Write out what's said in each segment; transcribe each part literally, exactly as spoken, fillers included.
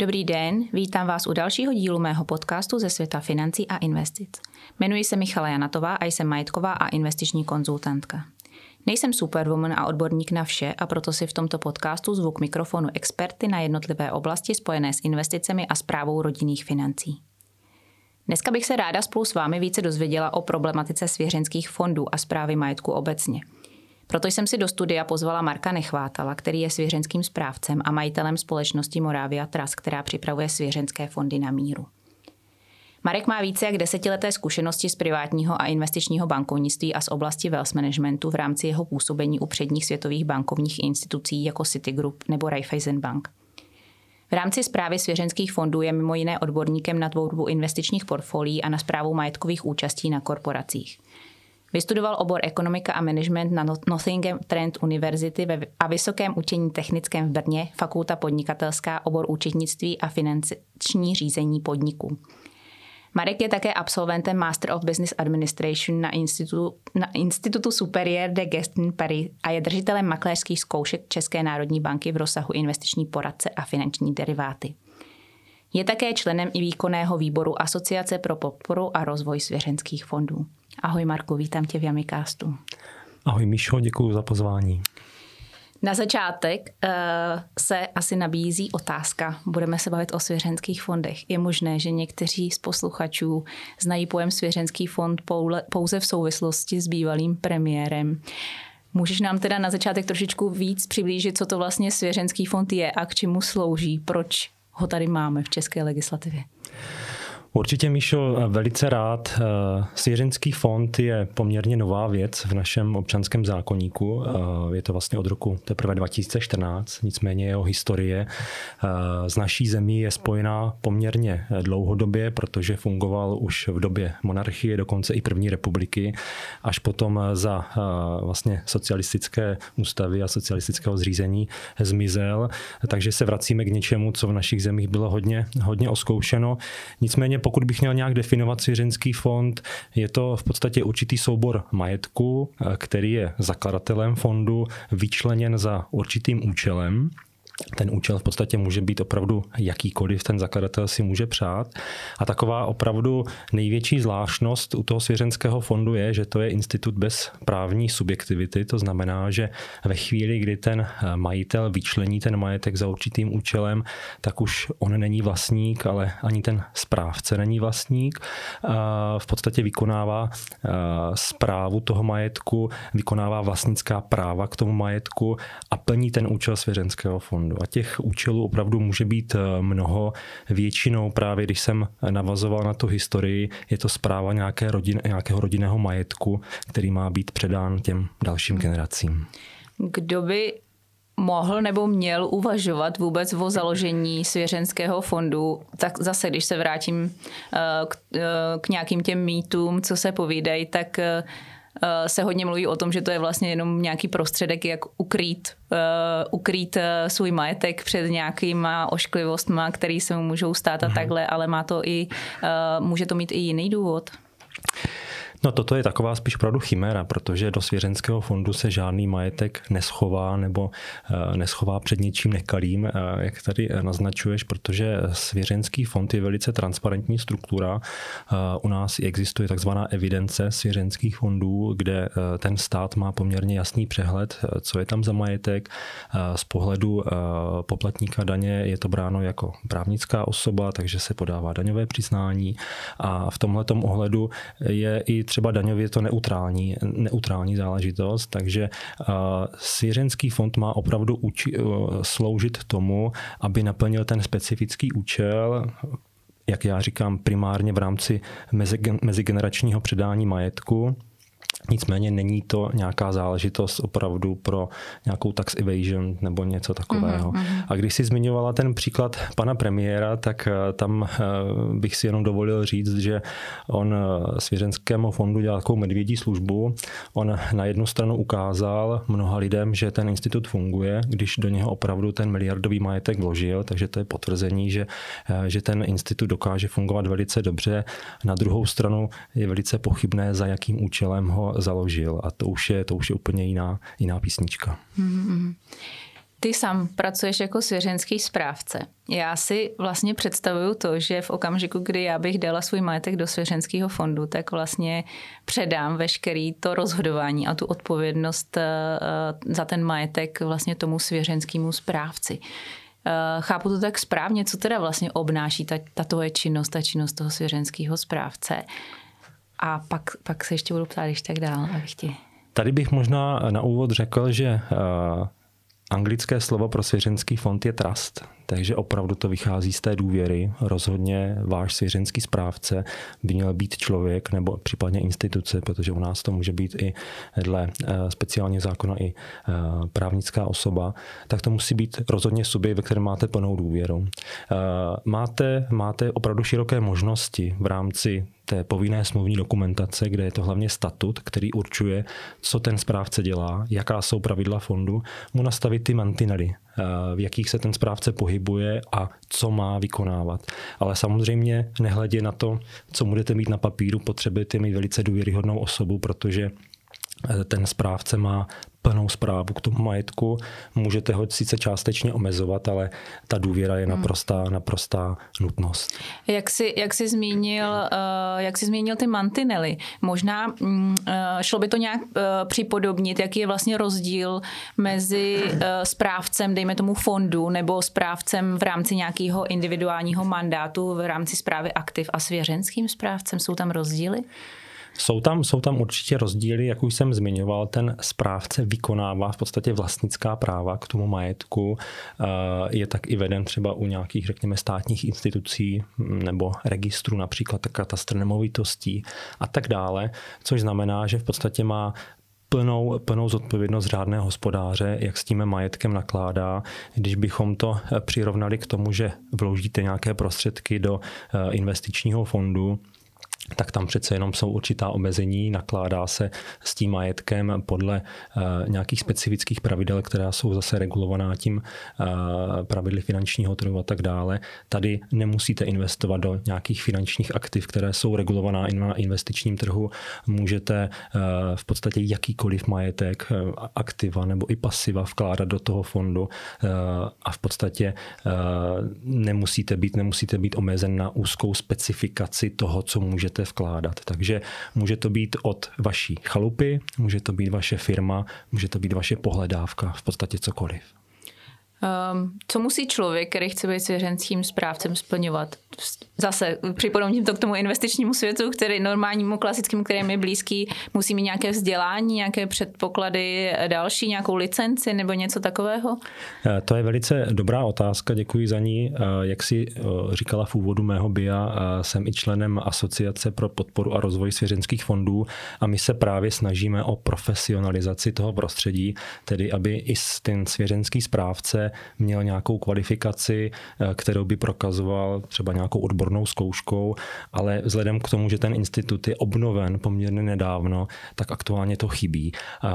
Dobrý den, vítám vás u dalšího dílu mého podcastu ze světa financí a investic. Jmenuji se Michala Janatová a jsem majetková a investiční konzultantka. Nejsem superwoman a odborník na vše, a proto si v tomto podcastu zvu k mikrofonu experty na jednotlivé oblasti spojené s investicemi a správou rodinných financí. Dneska bych se ráda spolu s vámi více dozvěděla o problematice svěřenských fondů a správy majetku obecně. Proto jsem si do studia pozvala Marka Nechvátala, který je svěřenským správcem a majitelem společnosti Moravia Trust, která připravuje svěřenské fondy na míru. Marek má více jak desetileté zkušenosti z privátního a investičního bankovnictví a z oblasti wealth managementu v rámci jeho působení u předních světových bankovních institucí jako Citigroup nebo Raiffeisen Bank. V rámci správy svěřenských fondů je mimo jiné odborníkem na tvorbu investičních portfolií a na správu majetkových účastí na korporacích. Vystudoval obor ekonomika a management na Nottingham Trent University a Vysokém učení technickém v Brně, fakulta podnikatelská, obor účetnictví a finanční řízení podniků. Marek je také absolventem Master of Business Administration na Institutu, na Institutu Supérieur de Gestion Paris a je držitelem makléřských zkoušek České národní banky v rozsahu investiční poradce a finanční deriváty. Je také členem i výkonného výboru Asociace pro podporu a rozvoj svěřenských fondů. Ahoj Marku, vítám tě v Yamicastu. Ahoj Míšo, děkuji za pozvání. Na začátek uh, se asi nabízí otázka. Budeme se bavit o svěřenských fondech. Je možné, že někteří z posluchačů znají pojem svěřenský fond pouze v souvislosti s bývalým premiérem. Můžeš nám teda na začátek trošičku víc přiblížit, co to vlastně svěřenský fond je a k čemu slouží? Proč ho tady máme v české legislativě? Určitě, Míšo, velice rád. Svěřenský fond je poměrně nová věc v našem občanském zákoníku. Je to vlastně od roku teprve dva tisíce čtrnáct, nicméně jeho historie z naší zemí je spojená poměrně dlouhodobě, protože fungoval už v době monarchie, dokonce i první republiky, až potom za vlastně socialistické ústavy a socialistického zřízení zmizel. Takže se vracíme k něčemu, co v našich zemích bylo hodně, hodně oskoušeno. Nicméně pokud bych měl nějak definovat svěřenský fond, je to v podstatě určitý soubor majetku, který je zakladatelem fondu vyčleněn za určitým účelem. Ten účel v podstatě může být opravdu jakýkoliv, ten zakladatel si může přát. A taková opravdu největší zvláštnost u toho svěřenského fondu je, že to je institut bez právní subjektivity. To znamená, že ve chvíli, kdy ten majitel vyčlení ten majetek za určitým účelem, tak už on není vlastník, ale ani ten správce není vlastník. V podstatě vykonává správu toho majetku, vykonává vlastnická práva k tomu majetku a plní ten účel svěřenského fondu. A těch účelů opravdu může být mnoho. Většinou právě, když jsem navazoval na tu historii, je to správa nějaké rodin, nějakého rodinného majetku, který má být předán těm dalším generacím. Kdo by mohl nebo měl uvažovat vůbec o založení svěřenského fondu, tak zase, když se vrátím k, k nějakým těm mýtům, co se povídají, tak se hodně mluví o tom, že to je vlastně jenom nějaký prostředek, jak ukrýt, uh, ukrýt uh, svůj majetek před nějakýma ošklivostma, které se mu můžou stát a mm. takhle, ale má to i, uh, může to mít i jiný důvod. No toto je taková spíš opravdu chiméra, protože do svěřenského fondu se žádný majetek neschová nebo neschová před něčím nekalým, jak tady naznačuješ, protože svěřenský fond je velice transparentní struktura. U nás existuje takzvaná evidence svěřenských fondů, kde ten stát má poměrně jasný přehled, co je tam za majetek. Z pohledu poplatníka daně je to bráno jako právnická osoba, takže se podává daňové přiznání a v tomhletom ohledu je i třeba daňově to neutrální, neutrální záležitost, takže uh, svěřenský fond má opravdu uči, uh, sloužit tomu, aby naplnil ten specifický účel, jak já říkám, primárně v rámci mezigeneračního předání majetku. Nicméně není to nějaká záležitost opravdu pro nějakou tax evasion nebo něco takového. Mm-hmm. A když jsi zmiňovala ten příklad pana premiéra, tak tam bych si jenom dovolil říct, že on svěřenskému fondu dělal takovou medvědí službu. On na jednu stranu ukázal mnoha lidem, že ten institut funguje, když do něho opravdu ten miliardový majetek vložil, takže to je potvrzení, že, že ten institut dokáže fungovat velice dobře. Na druhou stranu je velice pochybné, za jakým účelem ho založil a to už je, to už je úplně jiná, jiná písnička. Mm-hmm. Ty sám pracuješ jako svěřenský správce. Já si vlastně představuju to, že v okamžiku, kdy já bych dala svůj majetek do svěřenského fondu, tak vlastně předám veškerý to rozhodování a tu odpovědnost za ten majetek vlastně tomu svěřenskému správci. Chápu to tak správně, co teda vlastně obnáší ta, ta tvoje činnost, ta činnost toho svěřenského správce. A pak, pak se ještě budu ptát, když tak dál, abych ti... Tady bych možná na úvod řekl, že uh, anglické slovo pro svěřenský fond je trust, takže opravdu to vychází z té důvěry. Rozhodně váš svěřenský správce by měl být člověk nebo případně instituce, protože u nás to může být i dle uh, speciálně zákona i uh, právnická osoba, tak to musí být rozhodně subjekt, ve kterém máte plnou důvěru. Uh, máte, máte opravdu široké možnosti v rámci té povinné smluvní dokumentace, kde je to hlavně statut, který určuje, co ten správce dělá, jaká jsou pravidla fondu, mu nastavit ty mantinely, v jakých se ten správce pohybuje a co má vykonávat. Ale samozřejmě nehledě na to, co budete mít na papíru, potřebujete mít velice důvěryhodnou osobu, protože ten správce má plnou správu k tomu majetku. Můžete ho sice částečně omezovat, ale ta důvěra je naprostá, naprostá nutnost. Jak jsi, jak jsi zmínil, jak jsi zmínil ty mantinely, možná šlo by to nějak připodobnit, jaký je vlastně rozdíl mezi správcem, dejme tomu fondu, nebo správcem v rámci nějakého individuálního mandátu v rámci správy aktiv a svěřenským správcem? Jsou tam rozdíly? Jsou tam, jsou tam určitě rozdíly, jak už jsem zmiňoval, ten správce vykonává v podstatě vlastnická práva k tomu majetku, je tak i veden třeba u nějakých, řekněme, státních institucí nebo registrů, například katastr nemovitostí a tak dále, což znamená, že v podstatě má plnou, plnou zodpovědnost řádného hospodáře, jak s tím majetkem nakládá. Když bychom to přirovnali k tomu, že vložíte nějaké prostředky do investičního fondu, tak tam přece jenom jsou určitá omezení, nakládá se s tím majetkem podle uh, nějakých specifických pravidel, která jsou zase regulovaná tím uh, pravidly finančního trhu a tak dále. Tady nemusíte investovat do nějakých finančních aktiv, které jsou regulovaná i na investičním trhu. Můžete uh, v podstatě jakýkoliv majetek, uh, aktiva nebo i pasiva vkládat do toho fondu uh, a v podstatě uh, nemusíte být, nemusíte být omezen na úzkou specifikaci toho, co můžete vkládat. Takže může to být od vaší chalupy, může to být vaše firma, může to být vaše pohledávka, v podstatě cokoliv. Um, co musí člověk, který chce být svěřenským správcem, splňovat? Zase připodobním to k tomu investičnímu světu, který normálnímu klasickému, který je blízký, musí mít nějaké vzdělání, nějaké předpoklady další, nějakou licenci nebo něco takového? To je velice dobrá otázka, děkuji za ní. Jak si říkala v úvodu mého bia, jsem i členem Asociace pro podporu a rozvoj svěřenských fondů a my se právě snažíme o profesionalizaci toho prostředí, tedy aby i ten svěřenský správce měl nějakou kvalifikaci, kterou by prokazoval třeba nějakou odbornou zkouškou, ale vzhledem k tomu, že ten institut je obnoven poměrně nedávno, tak aktuálně to chybí.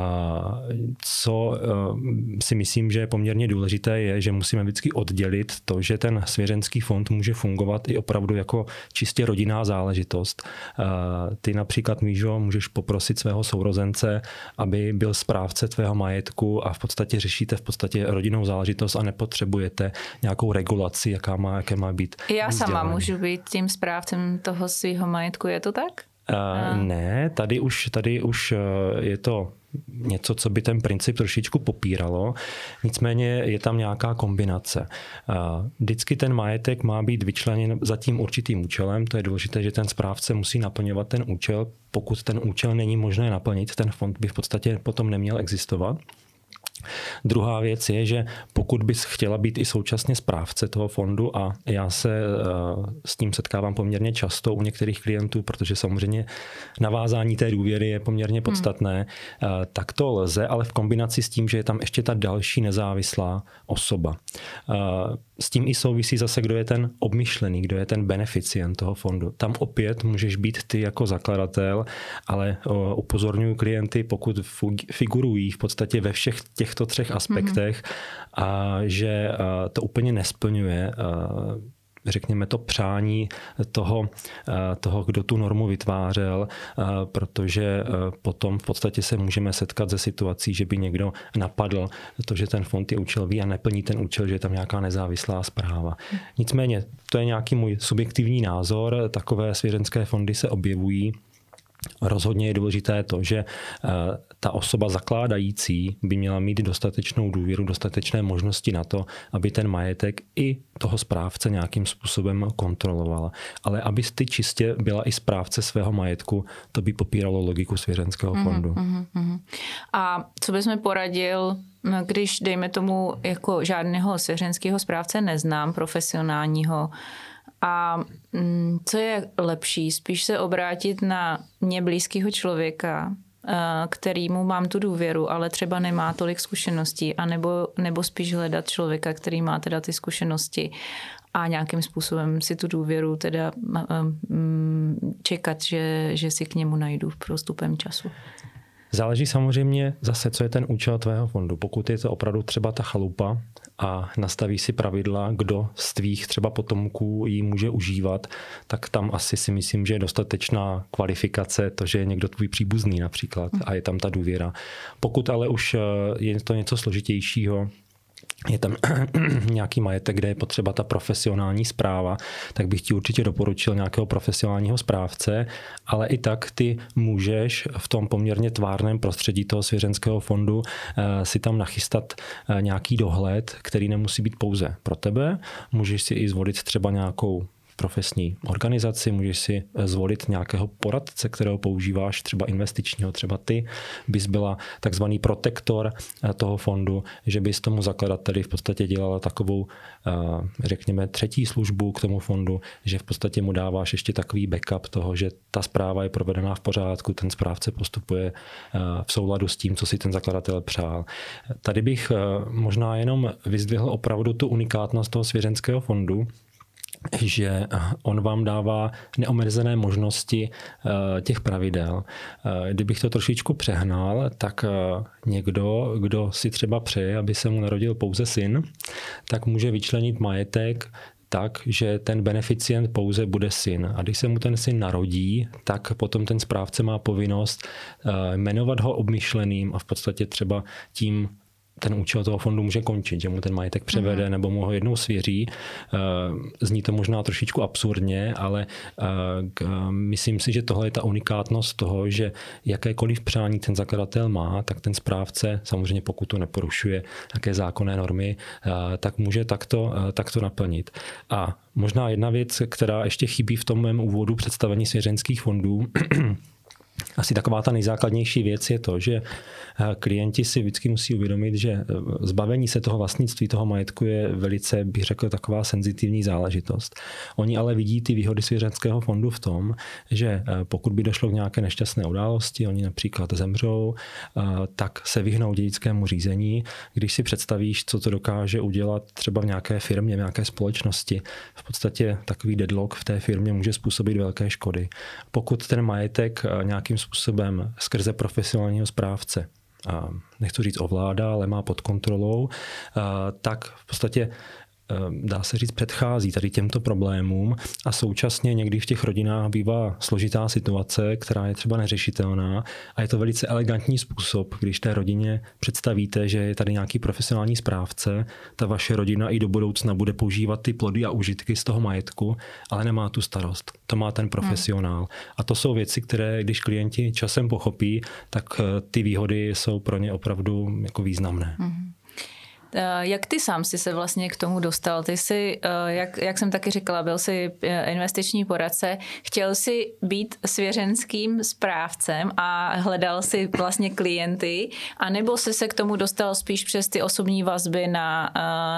Co si myslím, že je poměrně důležité, je, že musíme vždycky oddělit to, že ten svěřenský fond může fungovat i opravdu jako čistě rodinná záležitost. Ty například, Míšo, můžeš poprosit svého sourozence, aby byl správce tvého majetku a v podstatě řešíte v podstatě rodinnou záležitost a nepotřebujete nějakou regulaci, jaká má, jaké má být. Já sama můžu být tím správcem toho svého majetku, je to tak? Uh, ne, tady už, tady už je to něco, co by ten princip trošičku popíralo, nicméně je tam nějaká kombinace. Vždycky ten majetek má být vyčleněn za tím určitým účelem, to je důležité, že ten správce musí naplňovat ten účel, pokud ten účel není možné naplnit, ten fond by v podstatě potom neměl existovat. Druhá věc je, že pokud bys chtěla být i současně správce toho fondu, a já se s tím setkávám poměrně často u některých klientů, protože samozřejmě navázání té důvěry je poměrně podstatné, hmm. tak to lze, ale v kombinaci s tím, že je tam ještě ta další nezávislá osoba. S tím i souvisí zase, kdo je ten obmyšlený, kdo je ten beneficient toho fondu. Tam opět můžeš být ty jako zakladatel, ale upozorňuji klienty, pokud figurují v podstatě ve všech těchto třech aspektech mm-hmm. a že to úplně nesplňuje řekněme, to přání toho, toho, kdo tu normu vytvářel, protože potom v podstatě se můžeme setkat ze situací, že by někdo napadl to, že ten fond je účelový a neplní ten účel, že je tam nějaká nezávislá správa. Nicméně, to je nějaký můj subjektivní názor, takové svěřenské fondy se objevují. Rozhodně je důležité to, že ta osoba zakládající by měla mít dostatečnou důvěru, dostatečné možnosti na to, aby ten majetek i toho správce nějakým způsobem kontrolovala. Ale aby ty čistě byla i správce svého majetku, to by popíralo logiku svěřenského fondu. Mm, mm, mm. A co bychom poradil, když dejme tomu jako žádného svěřenského správce neznám, profesionálního, a co je lepší? Spíš se obrátit na mě blízkého člověka, kterýmu mám tu důvěru, ale třeba nemá tolik zkušeností, anebo, nebo spíš hledat člověka, který má teda ty zkušenosti a nějakým způsobem si tu důvěru teda čekat, že, že si k němu najdu postupem času. Záleží samozřejmě zase, co je ten účel tvého fondu. Pokud je to opravdu třeba ta chalupa a nastaví si pravidla, kdo z tvých třeba potomků ji může užívat, tak tam asi si myslím, že je dostatečná kvalifikace, to, že je někdo tvůj příbuzný například a je tam ta důvěra. Pokud ale už je to něco složitějšího, je tam nějaký majetek, kde je potřeba ta profesionální správa, tak bych ti určitě doporučil nějakého profesionálního správce, ale i tak ty můžeš v tom poměrně tvárném prostředí toho svěřenského fondu si tam nachystat nějaký dohled, který nemusí být pouze pro tebe. Můžeš si i zvolit třeba nějakou profesní organizaci, můžeš si zvolit nějakého poradce, kterého používáš, třeba investičního, třeba ty bys byla takzvaný protektor toho fondu, že bys tomu zakladateli v podstatě dělala takovou, řekněme, třetí službu k tomu fondu, že v podstatě mu dáváš ještě takový backup toho, že ta správa je provedená v pořádku, ten správce postupuje v souladu s tím, co si ten zakladatel přál. Tady bych možná jenom vyzdvihl opravdu tu unikátnost toho svěřenského fondu, že on vám dává neomezené možnosti těch pravidel. Kdybych to trošičku přehnal, tak někdo, kdo si třeba přeje, aby se mu narodil pouze syn, tak může vyčlenit majetek tak, že ten beneficient pouze bude syn. A když se mu ten syn narodí, tak potom ten správce má povinnost jmenovat ho obmyšleným a v podstatě třeba tím ten účel toho fondu může končit, že mu ten majetek převede mm. nebo mu ho jednou svěří. Zní to možná trošičku absurdně, ale myslím si, že tohle je ta unikátnost toho, že jakékoliv přání ten zakladatel má, tak ten správce, samozřejmě pokud to neporušuje nějaké zákonné normy, tak může takto, takto naplnit. A možná jedna věc, která ještě chybí v tom mém úvodu představení svěřenských fondů, asi taková ta nejzákladnější věc je to, že klienti si vždycky musí uvědomit, že zbavení se toho vlastnictví, toho majetku je velice, bych řekl, taková senzitivní záležitost. Oni ale vidí ty výhody svěřenského fondu v tom, že pokud by došlo k nějaké nešťastné události, oni například zemřou, tak se vyhnou dědickému řízení. Když si představíš, co to dokáže udělat třeba v nějaké firmě, v nějaké společnosti, v podstatě takový deadlock v té firmě může způsobit velké škody. Pokud ten majetek nějakým způsobem skrze profesionálního správce, a nechci říct ovládá, ale má pod kontrolou, tak v podstatě dá se říct, předchází tady těmto problémům a současně někdy v těch rodinách bývá složitá situace, která je třeba neřešitelná a je to velice elegantní způsob, když té rodině představíte, že je tady nějaký profesionální správce, ta vaše rodina i do budoucna bude používat ty plody a užitky z toho majetku, ale nemá tu starost. To má ten profesionál. A to jsou věci, které, když klienti časem pochopí, tak ty výhody jsou pro ně opravdu jako významné. Mm. Jak ty sám jsi se vlastně k tomu dostal? Ty jsi, jak, jak jsem taky říkala, byl jsi investiční poradce, chtěl jsi být svěřenským správcem a hledal si vlastně klienty, anebo jsi se k tomu dostal spíš přes ty osobní vazby na,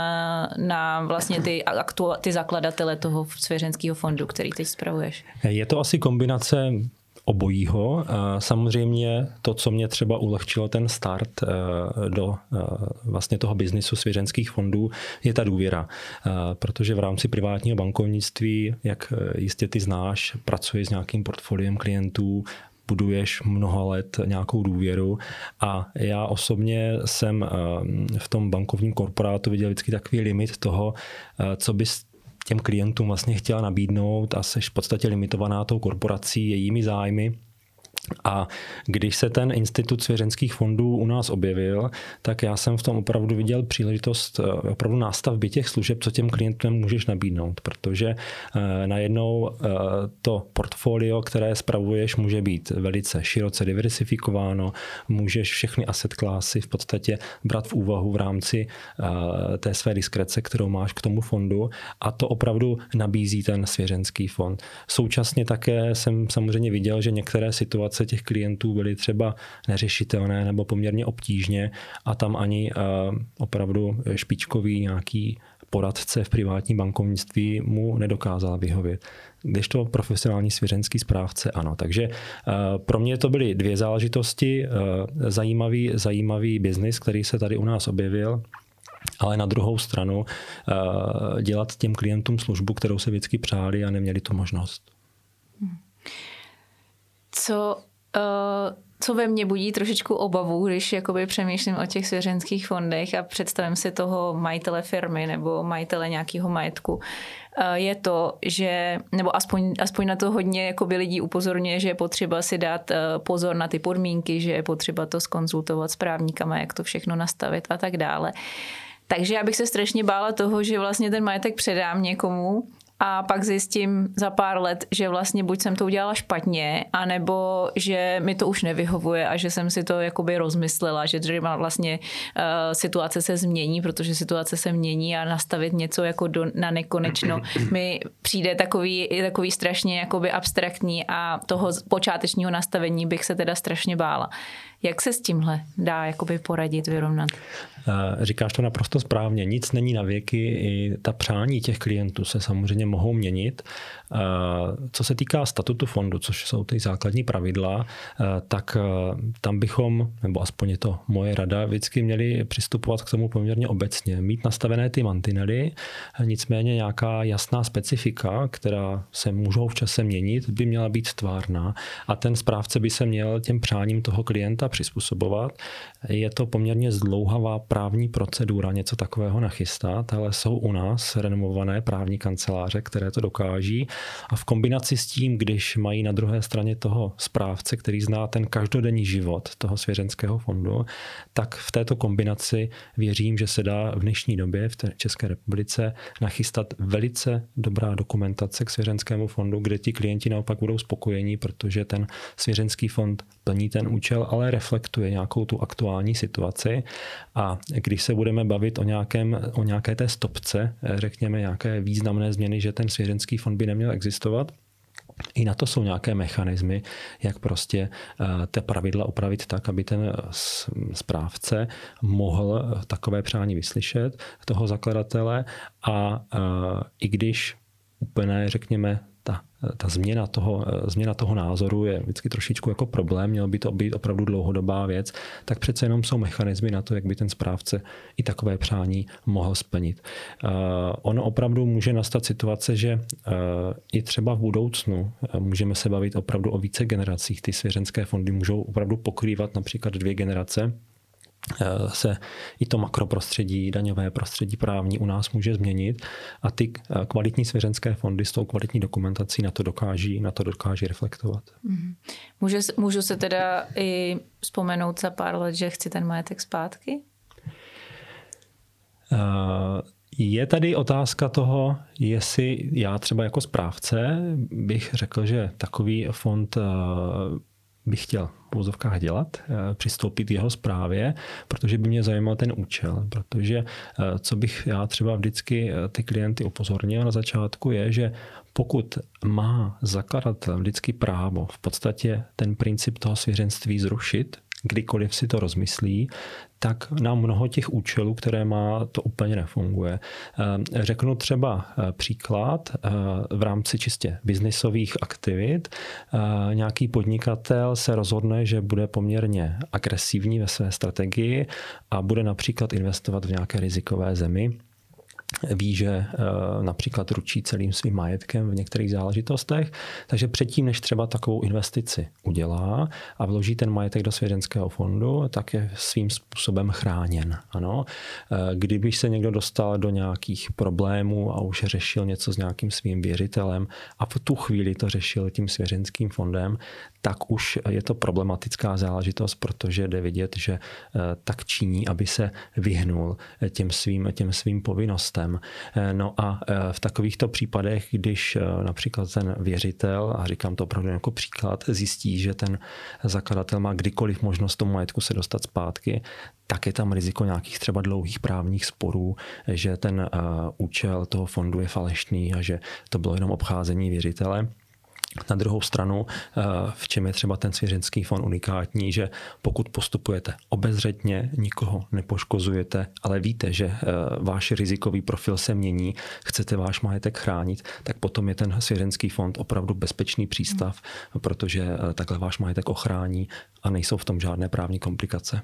na vlastně ty, aktu, ty zakladatele toho svěřenského fondu, který teď spravuješ? Je to asi kombinace obojího. Samozřejmě to, co mě třeba ulehčilo ten start do vlastně toho biznisu svěřenských fondů, je ta důvěra. Protože v rámci privátního bankovnictví, jak jistě ty znáš, pracuješ s nějakým portfoliem klientů, buduješ mnoho let nějakou důvěru a já osobně jsem v tom bankovním korporátu viděl vždycky takový limit toho, co bys těm klientům vlastně chtěla nabídnout a seš v podstatě limitovaná tou korporací, jejími zájmy. A když se ten institut svěřenských fondů u nás objevil, tak já jsem v tom opravdu viděl příležitost opravdu nástavby těch služeb, co těm klientům můžeš nabídnout, protože najednou to portfolio, které spravuješ, může být velice široce diversifikováno, můžeš všechny asset klasy v podstatě brát v úvahu v rámci té své diskrece, kterou máš k tomu fondu, a to opravdu nabízí ten svěřenský fond. Současně také jsem samozřejmě viděl, že některé situace těch klientů byly třeba neřešitelné nebo poměrně obtížně a tam ani uh, opravdu špičkový nějaký poradce v privátní bankovnictví mu nedokázal vyhovět. Kdežto profesionální svěřenský správce ano. Takže uh, pro mě to byly dvě záležitosti. Uh, zajímavý, zajímavý biznis, který se tady u nás objevil, ale na druhou stranu uh, dělat těm klientům službu, kterou se vždycky přáli a neměli tu možnost. Co, uh, co ve mně budí trošičku obavu, když jakoby přemýšlím o těch svěřenských fondech a představím si toho majitele firmy nebo majitele nějakého majetku, uh, je to, že, nebo aspoň, aspoň na to hodně jakoby lidí upozorňuje, že je potřeba si dát uh, pozor na ty podmínky, že je potřeba to zkonzultovat s právníkama, jak to všechno nastavit a tak dále. Takže já bych se strašně bála toho, že vlastně ten majetek předám někomu a pak zjistím za pár let, že vlastně buď jsem to udělala špatně, anebo že mi to už nevyhovuje a že jsem si to jakoby rozmyslela, že vlastně uh, situace se změní, protože situace se mění a nastavit něco jako do, na nekonečno mi přijde takový, takový strašně jakoby abstraktní a toho počátečního nastavení bych se teda strašně bála. Jak se s tímhle dá jakoby poradit, vyrovnat? Říkáš to naprosto správně. Nic není na věky. I ta přání těch klientů se samozřejmě mohou měnit. Co se týká statutu fondu, což jsou ty základní pravidla, tak tam bychom, nebo aspoň je to moje rada, vždycky měli přistupovat k tomu poměrně obecně. Mít nastavené ty mantinely, nicméně nějaká jasná specifika, která se můžou v čase měnit, by měla být tvárná a ten správce by se měl těm přáním toho klienta přizpůsobovat. Je to poměrně zdlouhavá právní procedura něco takového nachystat, ale jsou u nás renomované právní kanceláře, které to dokáží a v kombinaci s tím, když mají na druhé straně toho správce, který zná ten každodenní život toho svěřenského fondu, tak v této kombinaci věřím, že se dá v dnešní době v té České republice nachystat velice dobrá dokumentace k svěřenskému fondu, kde ti klienti naopak budou spokojení, protože ten svěřenský fond plní ten účel, ale reflektuje nějakou tu aktuální situaci. A když se budeme bavit o, nějakém, o nějaké té stopce, řekněme nějaké významné změny, že ten svěřenský fond by neměl existovat, i na to jsou nějaké mechanismy, jak prostě ty pravidla upravit tak, aby ten správce mohl takové přání vyslyšet toho zakladatele a i když úplně, řekněme, ta, ta změna, toho, změna toho názoru je vždycky trošičku jako problém, mělo by to být opravdu dlouhodobá věc, tak přece jenom jsou mechanismy na to, jak by ten správce i takové přání mohl splnit. Uh, ono opravdu může nastat situace, že uh, i třeba v budoucnu uh, můžeme se bavit opravdu o více generacích. Ty svěřenské fondy můžou opravdu pokrývat například dvě generace, se i to makroprostředí, daňové prostředí právní u nás může změnit a ty kvalitní svěřenské fondy s tou kvalitní dokumentací na to dokáží, na to dokáží reflektovat. Mm-hmm. Může, můžu se teda i vzpomenout za pár let, že chci ten majetek zpátky? Uh, je tady otázka toho, jestli já třeba jako správce bych řekl, že takový fond uh, bych chtěl v uvozovkách dělat, přistoupit jeho správě, protože by mě zajímal ten účel. Protože co bych já třeba vždycky ty klienty upozornil na začátku je, že pokud má zakladatel vždycky právo v podstatě ten princip toho svěřenství zrušit, kdykoliv si to rozmyslí, tak na mnoho těch účelů, které má, to úplně nefunguje. Řeknu třeba příklad v rámci čistě biznisových aktivit. Nějaký podnikatel se rozhodne, že bude poměrně agresivní ve své strategii a bude například investovat v nějaké rizikové zemi. ví, že například ručí celým svým majetkem v některých záležitostech, takže předtím, než třeba takovou investici udělá a vloží ten majetek do svěřenského fondu, tak je svým způsobem chráněn. Ano. Kdyby se někdo dostal do nějakých problémů a už řešil něco s nějakým svým věřitelem a v tu chvíli to řešil tím svěřenským fondem, tak už je to problematická záležitost, protože jde vidět, že tak činí, aby se vyhnul těm svým, těm svým povinnostem. No a v takovýchto případech, když například ten věřitel, a říkám to opravdu jako příklad, zjistí, že ten zakladatel má kdykoliv možnost tomu majetku se dostat zpátky, tak je tam riziko nějakých třeba dlouhých právních sporů, že ten účel toho fondu je falešný a že to bylo jenom obcházení věřitele. Na druhou stranu, v čem je třeba ten svěřenský fond unikátní, že pokud postupujete obezřetně, nikoho nepoškozujete, ale víte, že váš rizikový profil se mění, chcete váš majetek chránit, tak potom je ten svěřenský fond opravdu bezpečný přístav, protože takhle váš majetek ochrání a nejsou v tom žádné právní komplikace.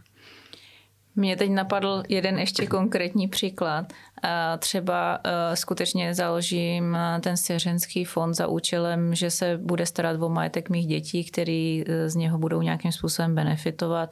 Mně teď napadl jeden ještě konkrétní příklad. Třeba skutečně založím ten svěřenský fond za účelem, že se bude starat o majetek mých dětí, který z něho budou nějakým způsobem benefitovat.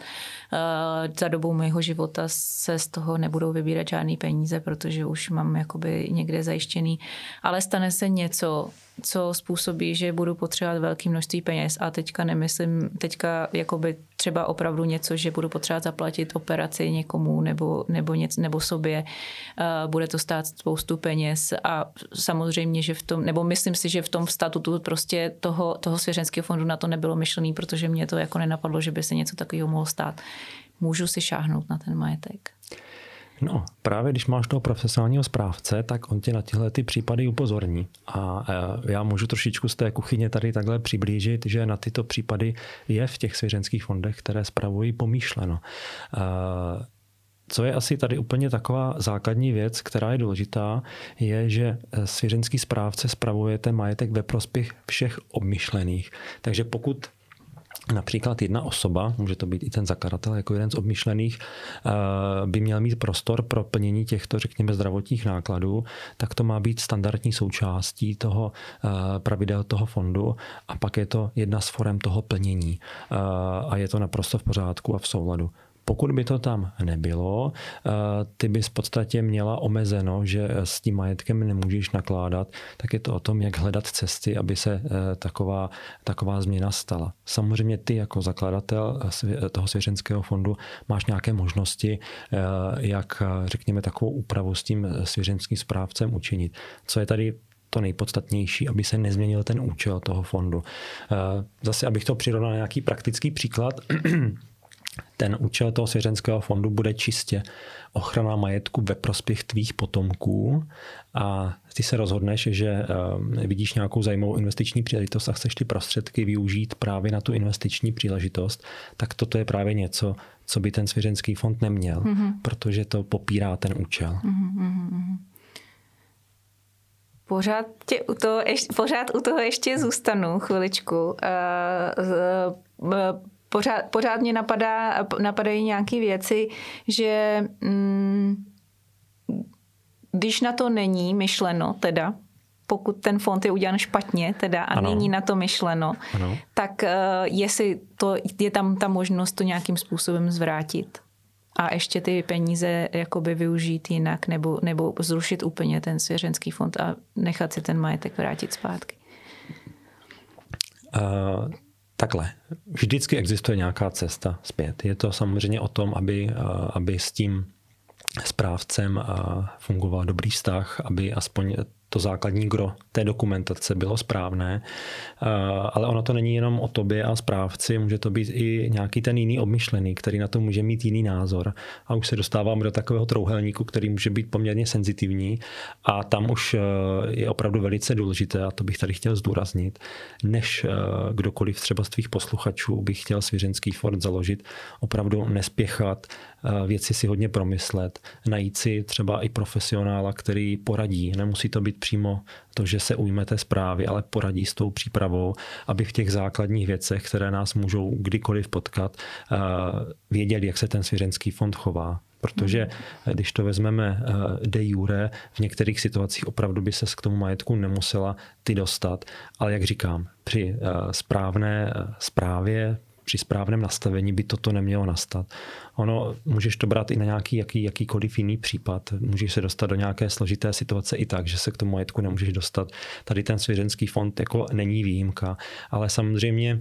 Za dobu mého života se z toho nebudou vybírat žádný peníze, protože už mám jakoby někde zajištěný. Ale stane se něco, co způsobí, že budu potřebovat velké množství peněz a teďka nemyslím, teďka jakoby třeba opravdu něco, že budu potřebovat zaplatit operaci někomu nebo, nebo, něco, nebo sobě. Bude to stát spoustu peněz a samozřejmě, že v tom, nebo myslím si, že v tom statutu prostě toho, toho svěřenského fondu na to nebylo myšlený, protože mě to jako nenapadlo, že by se něco takového mohlo stát. Můžu si šáhnout na ten majetek? No, právě když máš toho profesionálního správce, tak on tě na tyhle ty případy upozorní. A já můžu trošičku z té kuchyně tady takhle přiblížit, že na tyto případy je v těch svěřenských fondech, které spravují, pomýšleno. Co je asi tady úplně taková základní věc, která je důležitá, je, že svěřenský správce spravuje ten majetek ve prospěch všech obmyšlených. Takže pokud například jedna osoba, může to být i ten zakladatel jako jeden z obmyšlených, by měl mít prostor pro plnění těchto, řekněme, zdravotních nákladů, tak to má být standardní součástí toho pravidel toho fondu a pak je to jedna z forem toho plnění a je to naprosto v pořádku a v souladu. Pokud by to tam nebylo, ty bys v podstatě měla omezeno, že s tím majetkem nemůžeš nakládat, tak je to o tom, jak hledat cesty, aby se taková, taková změna stala. Samozřejmě ty jako zakladatel toho svěřenského fondu máš nějaké možnosti, jak, řekněme, takovou úpravu s tím svěřenským správcem učinit. Co je tady to nejpodstatnější, aby se nezměnil ten účel toho fondu. Zase, abych to přirovnal na nějaký praktický příklad, ten účel toho svěřenského fondu bude čistě ochrana majetku ve prospěch tvých potomků a ty se rozhodneš, že vidíš nějakou zajímavou investiční příležitost a chceš ty prostředky využít právě na tu investiční příležitost, tak toto je právě něco, co by ten svěřenský fond neměl, mm-hmm. protože to popírá ten účel. Mm-hmm. Pořád, tě u toho, pořád u toho ještě zůstanu chviličku. Uh, uh, Pořád, pořád mě napadá, napadají nějaké věci, že mm, když na to není myšleno, teda, pokud ten fond je udělan špatně teda, a ano. není na to myšleno, ano. tak uh, jestli to, je tam ta možnost to nějakým způsobem zvrátit a ještě ty peníze jakoby využít jinak nebo, nebo zrušit úplně ten svěřenský fond a nechat si ten majetek vrátit zpátky. Uh... Takhle. Vždycky existuje nějaká cesta zpět. Je to samozřejmě o tom, aby, aby s tím správcem fungoval dobrý vztah, aby aspoň to základní gro té dokumentace bylo správné, ale ono to není jenom o tobě a správci, může to být i nějaký ten jiný obmyšlený, který na to může mít jiný názor a už se dostáváme do takového trouhelníku, který může být poměrně senzitivní a tam už je opravdu velice důležité, a to bych tady chtěl zdůraznit, než kdokoliv třeba z tvých posluchačů by chtěl svěřenský fond založit, opravdu nespěchat, věci si hodně promyslet, najít si třeba i profesionála, který poradí. Nemusí to být přímo to, že se ujmete správy, ale poradí s tou přípravou, aby v těch základních věcech, které nás můžou kdykoliv potkat, věděli, jak se ten svěřenský fond chová. protože když to vezmeme de jure, v některých situacích opravdu by se k tomu majetku nemusela ty dostat, ale jak říkám, při správné správě, při správném nastavení by toto nemělo nastat. Ono, můžeš to brát i na nějaký jaký, jakýkoliv jiný případ. Můžeš se dostat do nějaké složité situace i tak, že se k tomu majetku nemůžeš dostat. Tady ten svěřenský fond jako není výjimka, ale samozřejmě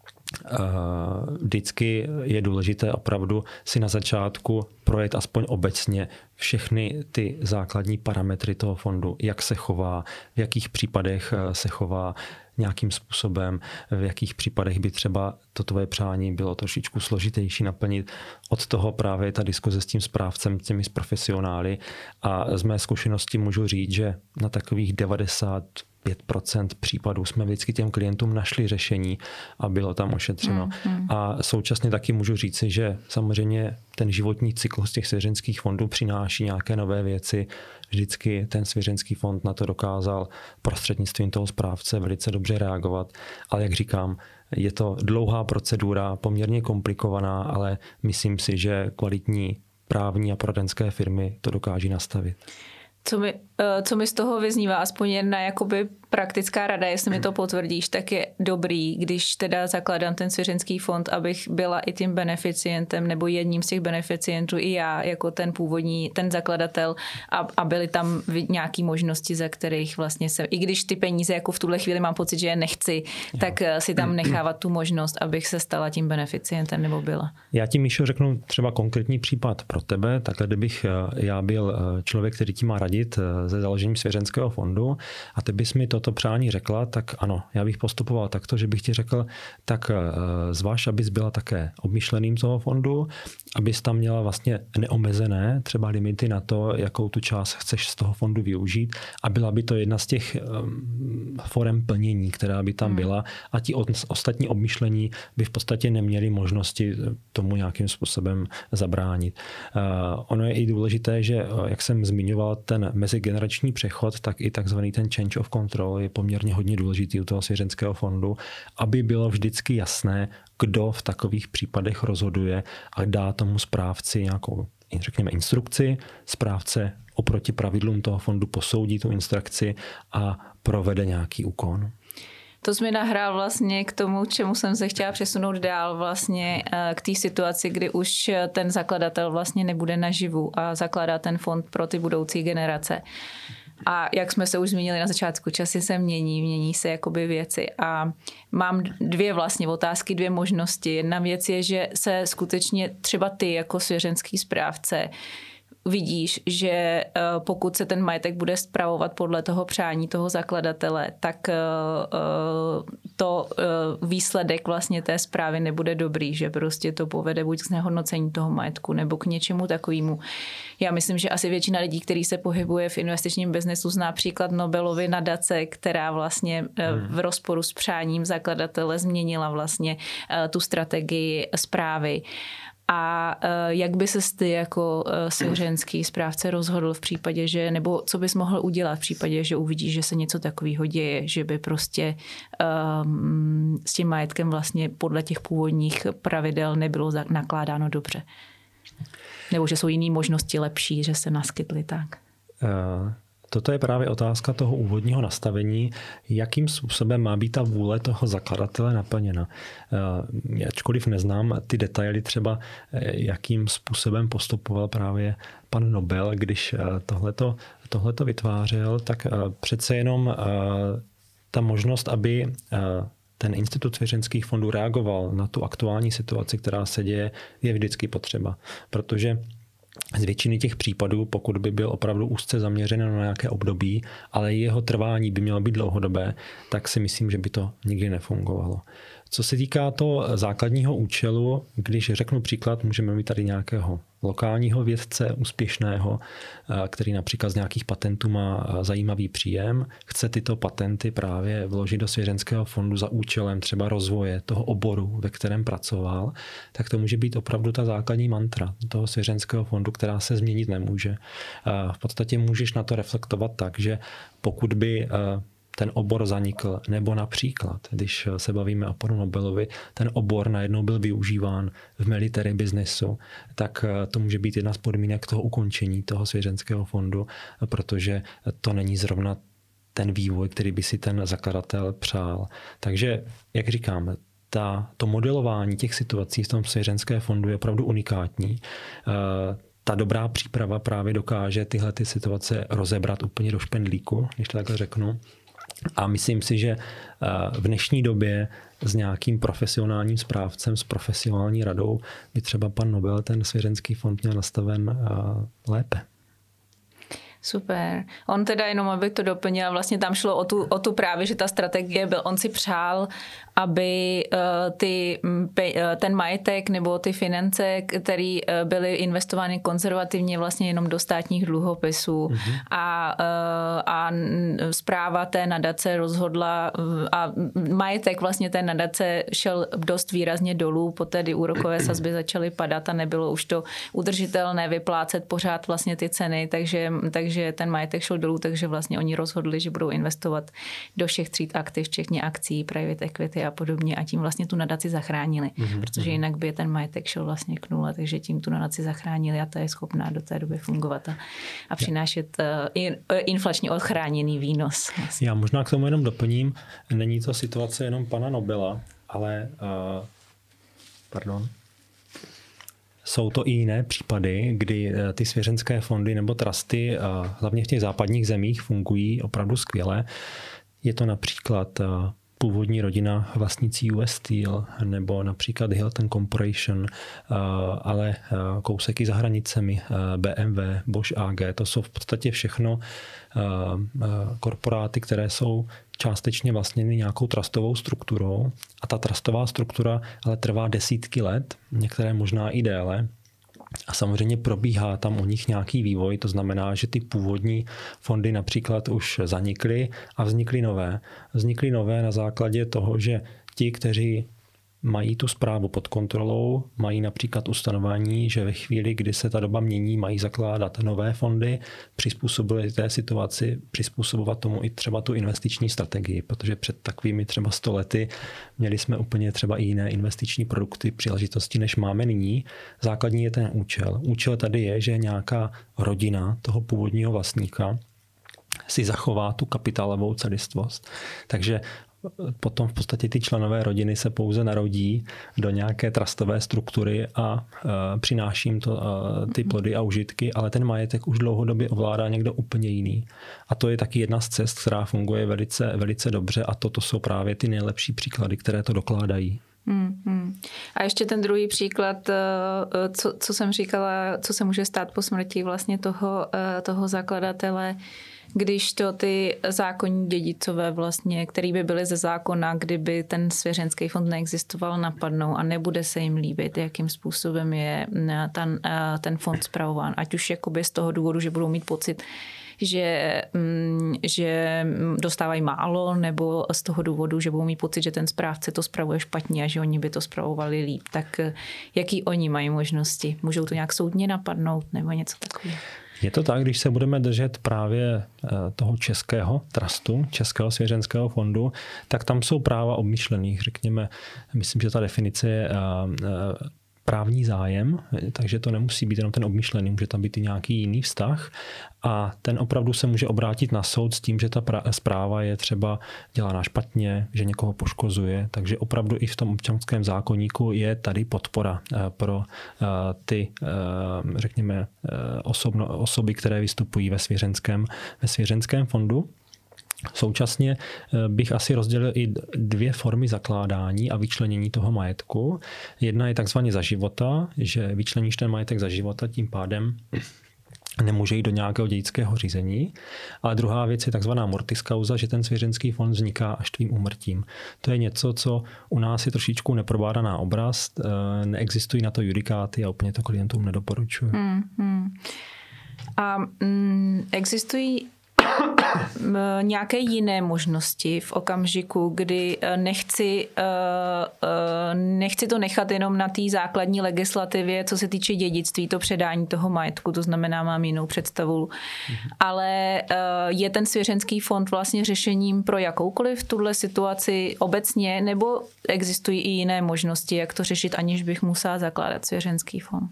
vždycky je důležité opravdu si na začátku projet aspoň obecně všechny ty základní parametry toho fondu, jak se chová, v jakých případech se chová nějakým způsobem, v jakých případech by třeba to tvoje přání bylo trošičku složitější naplnit. Od toho právě ta diskuze s tím správcem, těmi s profesionály, a z mé zkušenosti můžu říct, že na takových devadesát pět procent případů jsme vždycky těm klientům našli řešení a bylo tam ošetřeno. Mm, mm. A současně taky můžu říci, že samozřejmě ten životní cyklus těch svěřenských fondů přináší nějaké nové věci. Vždycky ten svěřenský fond na to dokázal prostřednictvím toho správce velice dobře reagovat. Ale jak říkám, je to dlouhá procedura, poměrně komplikovaná, ale myslím si, že kvalitní právní a poradenské firmy to dokáží nastavit. Co mi, co mi z toho vyznívá, aspoň jedna jakoby praktická rada, jestli mi to potvrdíš, tak je dobrý, když teda zakládám ten svěřenský fond, abych byla i tím beneficientem nebo jedním z těch beneficientů i já jako ten původní, ten zakladatel a, a byly tam nějaké možnosti, za kterých vlastně se, i když ty peníze jako v tuhle chvíli mám pocit, že je nechci, jo. tak si tam nechávat tu možnost, abych se stala tím beneficientem nebo byla. Já ti, Míšo, řeknu třeba konkrétní případ pro tebe, takhle kdybych já byl člověk, který ti má radit se založením svěřenského fondu a ty bys mi toto přání řekla, tak ano, já bych postupoval takto, že bych ti řekl, tak zváž, abys byla také obmyšleným toho fondu, abys tam měla vlastně neomezené třeba limity na to, jakou tu část chceš z toho fondu využít a byla by to jedna z těch um, forem plnění, která by tam byla a ti ostatní obmyšlení by v podstatě neměli možnosti tomu nějakým způsobem zabránit. Uh, ono je i důležité, že jak jsem zmiňoval ten mezigenerační přechod, tak i takzvaný ten change of control je poměrně hodně důležitý u toho svěřenského fondu, aby bylo vždycky jasné, kdo v takových případech rozhoduje a dá tomu správci nějakou, řekněme, instrukci. Správce oproti pravidlům toho fondu posoudí tu instrukci a provede nějaký úkon. To jsi mi nahrál vlastně k tomu, čemu jsem se chtěla přesunout dál, vlastně k té situaci, kdy už ten zakladatel vlastně nebude naživu a zakládá ten fond pro ty budoucí generace. A jak jsme se už zmínili na začátku, časy se mění, mění se jakoby věci a mám dvě vlastně otázky, dvě možnosti. Jedna věc je, že se skutečně třeba ty jako svěřenský správce vidíš, že pokud se ten majetek bude spravovat podle toho přání toho zakladatele, tak to výsledek vlastně té správy nebude dobrý, že prostě to povede buď k znehodnocení toho majetku nebo k něčemu takovému. Já myslím, že asi většina lidí, kteří se pohybuje v investičním biznesu, zná příklad Nobelovy nadace, která vlastně v rozporu s přáním zakladatele změnila vlastně tu strategii správy. A jak by ses ty jako svěřenský správce rozhodl v případě, že, nebo co bys mohl udělat v případě, že uvidíš, že se něco takového děje, že by prostě um, s tím majetkem vlastně podle těch původních pravidel nebylo nakládáno dobře? Nebo že jsou jiné možnosti lepší, že se naskytly tak? Uh... Toto je právě otázka toho úvodního nastavení, jakým způsobem má být ta vůle toho zakladatele naplněna. Ačkoliv neznám ty detaily třeba, jakým způsobem postupoval právě pan Nobel, když tohleto, tohleto vytvářel, tak přece jenom ta možnost, aby ten institut svěřenských fondů reagoval na tu aktuální situaci, která se děje, je vždycky potřeba. Protože z většiny těch případů, pokud by byl opravdu úzce zaměřen na nějaké období, ale jeho trvání by mělo být dlouhodobé, tak si myslím, že by to nikdy nefungovalo. Co se týká toho základního účelu, když řeknu příklad, můžeme mít tady nějakého lokálního vědce úspěšného, který například z nějakých patentů má zajímavý příjem, chce tyto patenty právě vložit do svěřenského fondu za účelem třeba rozvoje toho oboru, ve kterém pracoval, tak to může být opravdu ta základní mantra toho svěřenského fondu, která se změnit nemůže. V podstatě můžeš na to reflektovat tak, že pokud by ten obor zanikl, nebo například, když se bavíme o panu Nobelovi, ten obor najednou byl využíván v military businessu, tak to může být jedna z podmínek toho ukončení toho svěřenského fondu, protože to není zrovna ten vývoj, který by si ten zakladatel přál. Takže, jak říkám, ta, to modelování těch situací v tom svěřenském fondu je opravdu unikátní. Ta dobrá příprava právě dokáže tyhle ty situace rozebrat úplně do špendlíku, když to takhle řeknu. A myslím si, že v dnešní době s nějakým profesionálním správcem, s profesionální radou by třeba pan Nobel ten svěřenský fond měl nastaven lépe. Super. On teda jenom, abych to doplnila, vlastně tam šlo o tu, o tu právě, že ta strategie byl, on si přál, aby uh, ty, ten majetek nebo ty finance, které uh, byly investovány konzervativně vlastně jenom do státních dluhopisů mm-hmm. a, uh, a správa té nadace rozhodla uh, a majetek vlastně té nadace šel dost výrazně dolů, poté kdy úrokové sazby začaly padat a nebylo už to udržitelné vyplácet pořád vlastně ty ceny, takže, takže že ten majetek šel dolů, takže vlastně oni rozhodli, že budou investovat do všech tříd aktiv, včetně akcí, private equity a podobně a tím vlastně tu nadaci zachránili, mm-hmm. protože jinak by ten majetek šel vlastně k nule, takže tím tu nadaci zachránili a ta je schopná do té doby fungovat a, a přinášet uh, inflačně odchráněný výnos. Vlastně. Já možná k tomu jenom doplním, není to situace jenom pana Nobela, ale uh, pardon, jsou to i jiné případy, kdy ty svěřenské fondy nebo trusty, hlavně v těch západních zemích, fungují opravdu skvěle. Je to například původní rodina vlastnící U S Steel nebo například Hilton Corporation, ale kousek i za hranicemi B M W, Bosch A G. To jsou v podstatě všechno korporáty, které jsou částečně vlastněny nějakou trustovou strukturou a ta trustová struktura ale trvá desítky let, některé možná i déle. A samozřejmě probíhá tam u nich nějaký vývoj, to znamená, že ty původní fondy například už zanikly a vznikly nové. Vznikly nové na základě toho, že ti, kteří mají tu správu pod kontrolou, mají například ustanovení, že ve chvíli, kdy se ta doba mění, mají zakládat nové fondy, přizpůsobili té situaci, přizpůsobovat tomu i třeba tu investiční strategii, protože před takovými třeba sto lety měli jsme úplně třeba i jiné investiční produkty, příležitosti, než máme nyní. Základní je ten účel. Účel tady je, že nějaká rodina toho původního vlastníka si zachová tu kapitálovou celistvost. Takže potom v podstatě ty členové rodiny se pouze narodí do nějaké trustové struktury a uh, přináší jim to, uh, ty plody a užitky, ale ten majetek už dlouhodobě ovládá někdo úplně jiný. A to je taky jedna z cest, která funguje velice, velice dobře a toto jsou právě ty nejlepší příklady, které to dokládají. Hmm, hmm. A ještě ten druhý příklad, co, co jsem říkala, co se může stát po smrti vlastně toho, toho zakladatele, když to ty zákonní dědicové vlastně, který by byly ze zákona, kdyby ten svěřenský fond neexistoval, napadnou a nebude se jim líbit, jakým způsobem je ten, ten fond spravován. Ať už jakoby z toho důvodu, že budou mít pocit, že, že dostávají málo, nebo z toho důvodu, že budou mít pocit, že ten správce to spravuje špatně a že oni by to spravovali líp. Tak jaký oni mají možnosti? Můžou to nějak soudně napadnout nebo něco takového? Je to tak, když se budeme držet právě toho českého trustu, českého svěřenského fondu, tak tam jsou práva obmyšlených, řekněme. Myslím, že ta definice je právní zájem, takže to nemusí být jenom ten obmyšlený, může tam být i nějaký jiný vztah a ten opravdu se může obrátit na soud s tím, že ta správa je třeba dělána špatně, že někoho poškozuje, takže opravdu i v tom občanském zákoníku je tady podpora pro ty, řekněme, osobno, osoby, které vystupují ve svěřenském, ve svěřenském fondu. Současně bych asi rozdělil i dvě formy zakládání a vyčlenění toho majetku. Jedna je takzvaně za života, že vyčleníš ten majetek za života, tím pádem nemůže jít do nějakého dědického řízení. Ale druhá věc je takzvaná mortis causa, že ten svěřenský fond vzniká až tvým úmrtím. To je něco, co u nás je trošičku neprobádaná oblast, neexistují na to judikáty a úplně to klientům nedoporučuji. Hmm, hmm. A mm, existují nějaké jiné možnosti v okamžiku, kdy nechci, nechci to nechat jenom na té základní legislativě, co se týče dědictví, to předání toho majetku, to znamená, mám jinou představu, mm-hmm. ale je ten svěřenský fond vlastně řešením pro jakoukoliv tuhle situaci obecně, nebo existují i jiné možnosti, jak to řešit, aniž bych musela zakládat svěřenský fond?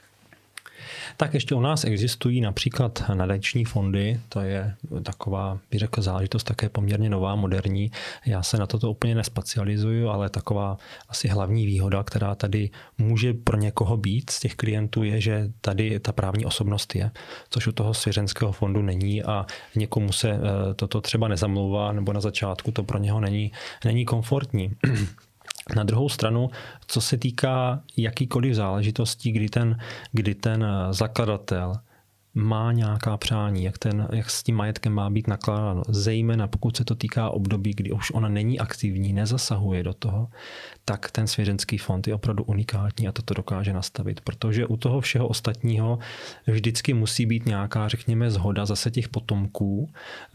Tak ještě u nás existují například nadační fondy, to je taková, bych řekl, záležitost také poměrně nová, moderní. Já se na toto úplně nespecializuju, ale taková asi hlavní výhoda, která tady může pro někoho být z těch klientů, je, že tady ta právní osobnost je, což u toho svěřenského fondu není a někomu se toto třeba nezamlouvá, nebo na začátku to pro něho není, není komfortní. Na druhou stranu, co se týká jakýkoliv záležitostí, kdy ten, kdy ten zakladatel má nějaká přání, jak, ten, jak s tím majetkem má být nakládáno. Zejména pokud se to týká období, kdy už ona není aktivní, nezasahuje do toho, tak ten svěřenský fond je opravdu unikátní a toto dokáže nastavit. Protože u toho všeho ostatního vždycky musí být nějaká, řekněme, shoda zase těch potomků,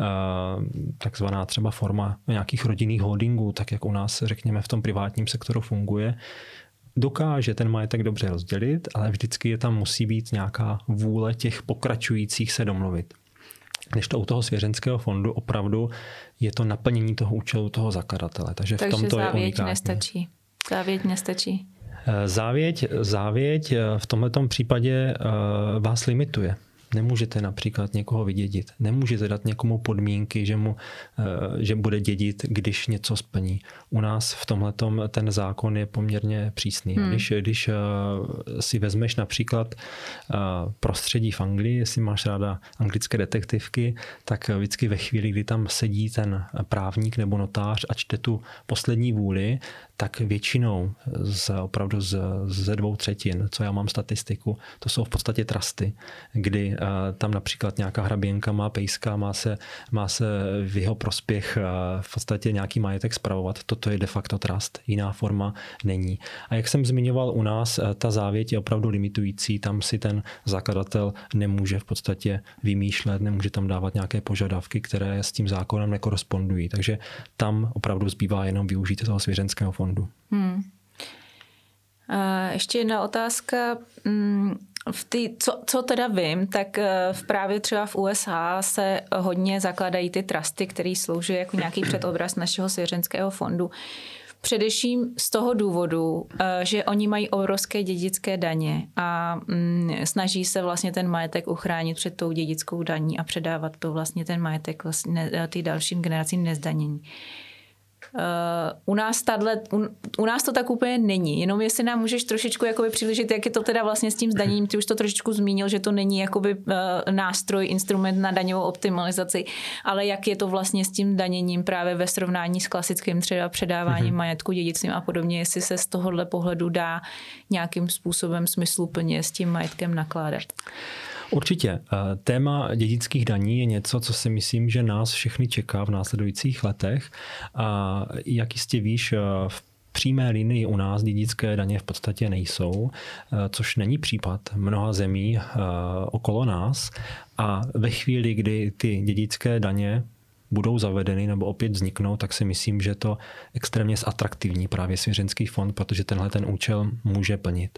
takzvaná třeba forma nějakých rodinných holdingů, tak jak u nás, řekněme, v tom privátním sektoru funguje, dokáže ten majetek dobře rozdělit, ale vždycky je tam musí být nějaká vůle těch pokračujících se domluvit. Než to u toho svěřenského fondu opravdu je to naplnění toho účelu toho zakladatele. Takže, Takže v tomto je unikátní. závěť nestačí. Závěť nestačí. Závěť, závěť v tomhletom případě vás limituje. Nemůžete například někoho vydědit. Nemůžete dát někomu podmínky, že, mu, že bude dědit, když něco splní. U nás v tomhletom ten zákon je poměrně přísný. Hmm. Když, když si vezmeš například prostředí v Anglii, jestli máš ráda anglické detektivky, tak vždycky ve chvíli, kdy tam sedí ten právník nebo notář a čte tu poslední vůli, tak většinou z, opravdu z, ze dvou třetin, co já mám statistiku, to jsou v podstatě trusty, kdy tam například nějaká hraběnka má pejska, má se, má se v jeho prospěch v podstatě nějaký majetek spravovat. Toto je de facto trust. Jiná forma není. A jak jsem zmiňoval u nás, ta závěť je opravdu limitující. Tam si ten zakladatel nemůže v podstatě vymýšlet, nemůže tam dávat nějaké požadavky, které s tím zákonem nekorespondují. Takže tam opravdu zbývá jenom využít toho svěřenského fondu. Hmm. A ještě jedna otázka. V tý, co, co teda vím, tak v právě třeba v U S A se hodně zakládají ty trusty, které slouží jako nějaký předobraz našeho svěřenského fondu. Především z toho důvodu, že oni mají obrovské dědické daně a snaží se vlastně ten majetek uchránit před tou dědickou daní a předávat to vlastně ten majetek vlastně ty dalším generacím nezdanění. Uh, u, nás tadle, u, u nás to tak úplně není, jenom jestli nám můžeš trošičku jakoby přiblížit, jak je to teda vlastně s tím zdaněním, ty už to trošičku zmínil, že to není jakoby uh, nástroj, instrument na daňovou optimalizaci, ale jak je to vlastně s tím daněním právě ve srovnání s klasickým třeba předáváním mm-hmm. majetku, dědictvím a podobně, jestli se z tohohle pohledu dá nějakým způsobem smysluplně s tím majetkem nakládat. Určitě. Téma dědických daní je něco, co si myslím, že nás všechny čeká v následujících letech. A jak jistě víš, v přímé linii u nás dědické daně v podstatě nejsou, což není případ mnoha zemí okolo nás. A ve chvíli, kdy ty dědické daně budou zavedeny nebo opět vzniknou, tak si myslím, že to extrémně zatraktivní právě svěřenský fond, protože tenhle ten účel může plnit.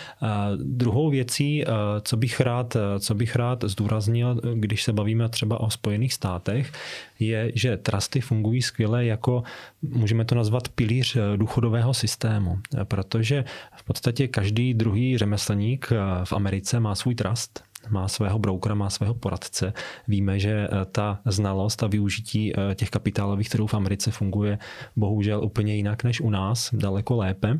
A druhou věcí, co bych rád, co bych rád zdůraznil, když se bavíme třeba o Spojených státech, je, že trusty fungují skvěle jako, můžeme to nazvat, pilíř důchodového systému, protože v podstatě každý druhý řemeslník v Americe má svůj trust, má svého broukera, má svého poradce. Víme, že ta znalost a využití těch kapitálových trhů v Americe funguje bohužel úplně jinak než u nás, daleko lépe.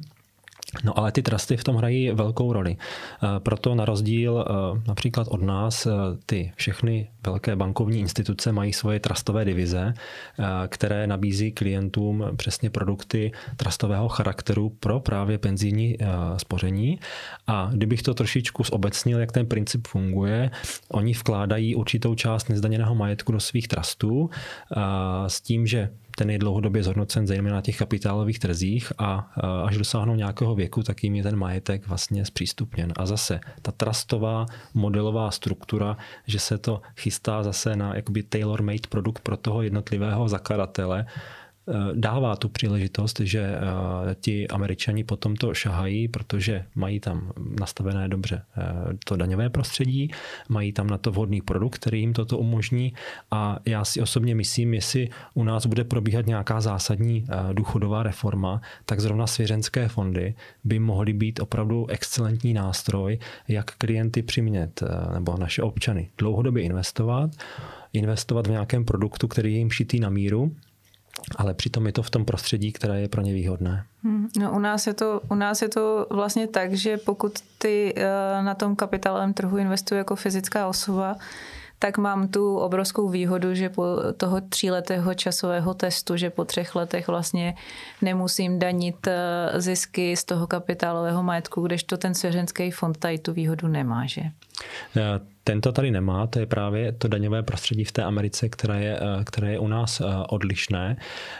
No ale ty trusty v tom hrají velkou roli. Proto na rozdíl například od nás ty všechny velké bankovní instituce mají svoje trustové divize, které nabízí klientům přesně produkty trustového charakteru pro právě penzijní spoření. A kdybych to trošičku zobecnil, jak ten princip funguje, oni vkládají určitou část nezdaněného majetku do svých trustů s tím, že ten je dlouhodobě zhodnocen zejména na těch kapitálových trzích a až dosáhnou nějakého věku, tak jim je ten majetek vlastně zpřístupněn. A zase ta trustová modelová struktura, že se to chystá zase na jakoby tailor-made produkt pro toho jednotlivého zakladatele, dává tu příležitost, že ti Američani potom to šahají, protože mají tam nastavené dobře to daňové prostředí, mají tam na to vhodný produkt, který jim toto umožní a já si osobně myslím, jestli u nás bude probíhat nějaká zásadní důchodová reforma, tak zrovna svěřenské fondy by mohly být opravdu excelentní nástroj, jak klienty přimět nebo naše občany dlouhodobě investovat, investovat v nějakém produktu, který je jim šitý na míru, ale přitom je to v tom prostředí, které je pro ně výhodné. Hmm, no u nás je to, u nás je to vlastně tak, že pokud ty na tom kapitálovém trhu investuje jako fyzická osoba, tak mám tu obrovskou výhodu, že po toho tříletého časového testu, že po třech letech vlastně nemusím danit zisky z toho kapitálového majetku, kdežto ten svěřenský fond tady tu výhodu nemá, že? Tento tady nemá, to je právě to daňové prostředí v té Americe, které je, které je u nás odlišné.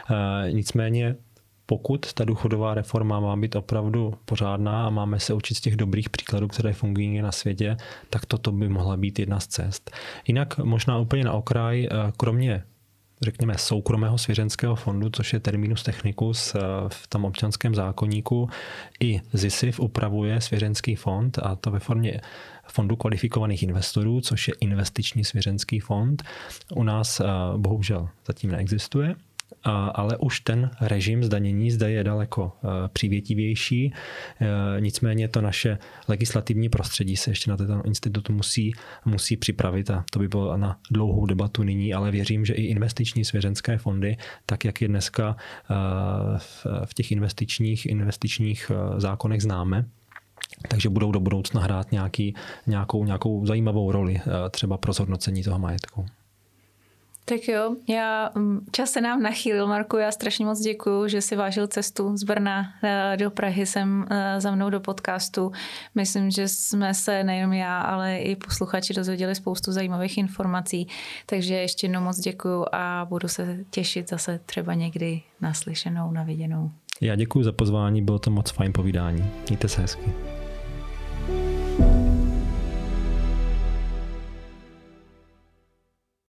Nicméně pokud ta důchodová reforma má být opravdu pořádná a máme se učit z těch dobrých příkladů, které fungují na světě, tak toto by mohla být jedna z cest. Jinak možná úplně na okraj, kromě řekněme soukromého svěřenského fondu, což je terminus technicus v tom občanském zákoníku, i ZISIF upravuje svěřenský fond a to ve formě fondu kvalifikovaných investorů, což je investiční svěřenský fond. U nás bohužel zatím neexistuje, ale už ten režim zdanění zde je daleko přívětivější. Nicméně to naše legislativní prostředí se ještě na tento institut musí, musí připravit a to by bylo na dlouhou debatu nyní, ale věřím, že i investiční svěřenské fondy, tak jak je dneska v těch investičních, investičních zákonech známe, takže budou do budoucna hrát nějaký, nějakou, nějakou zajímavou roli třeba pro zhodnocení toho majetku. Tak jo, já, čas se nám nachýlil, Marku, já strašně moc děkuju, že si vážil cestu z Brna do Prahy sem za mnou do podcastu. Myslím, že jsme se nejenom já, ale i posluchači dozvěděli spoustu zajímavých informací, takže ještě jednou moc děkuju a budu se těšit zase třeba někdy na slyšenou, na viděnou. Já děkuju za pozvání, bylo to moc fajn povídání. Mějte se hezky.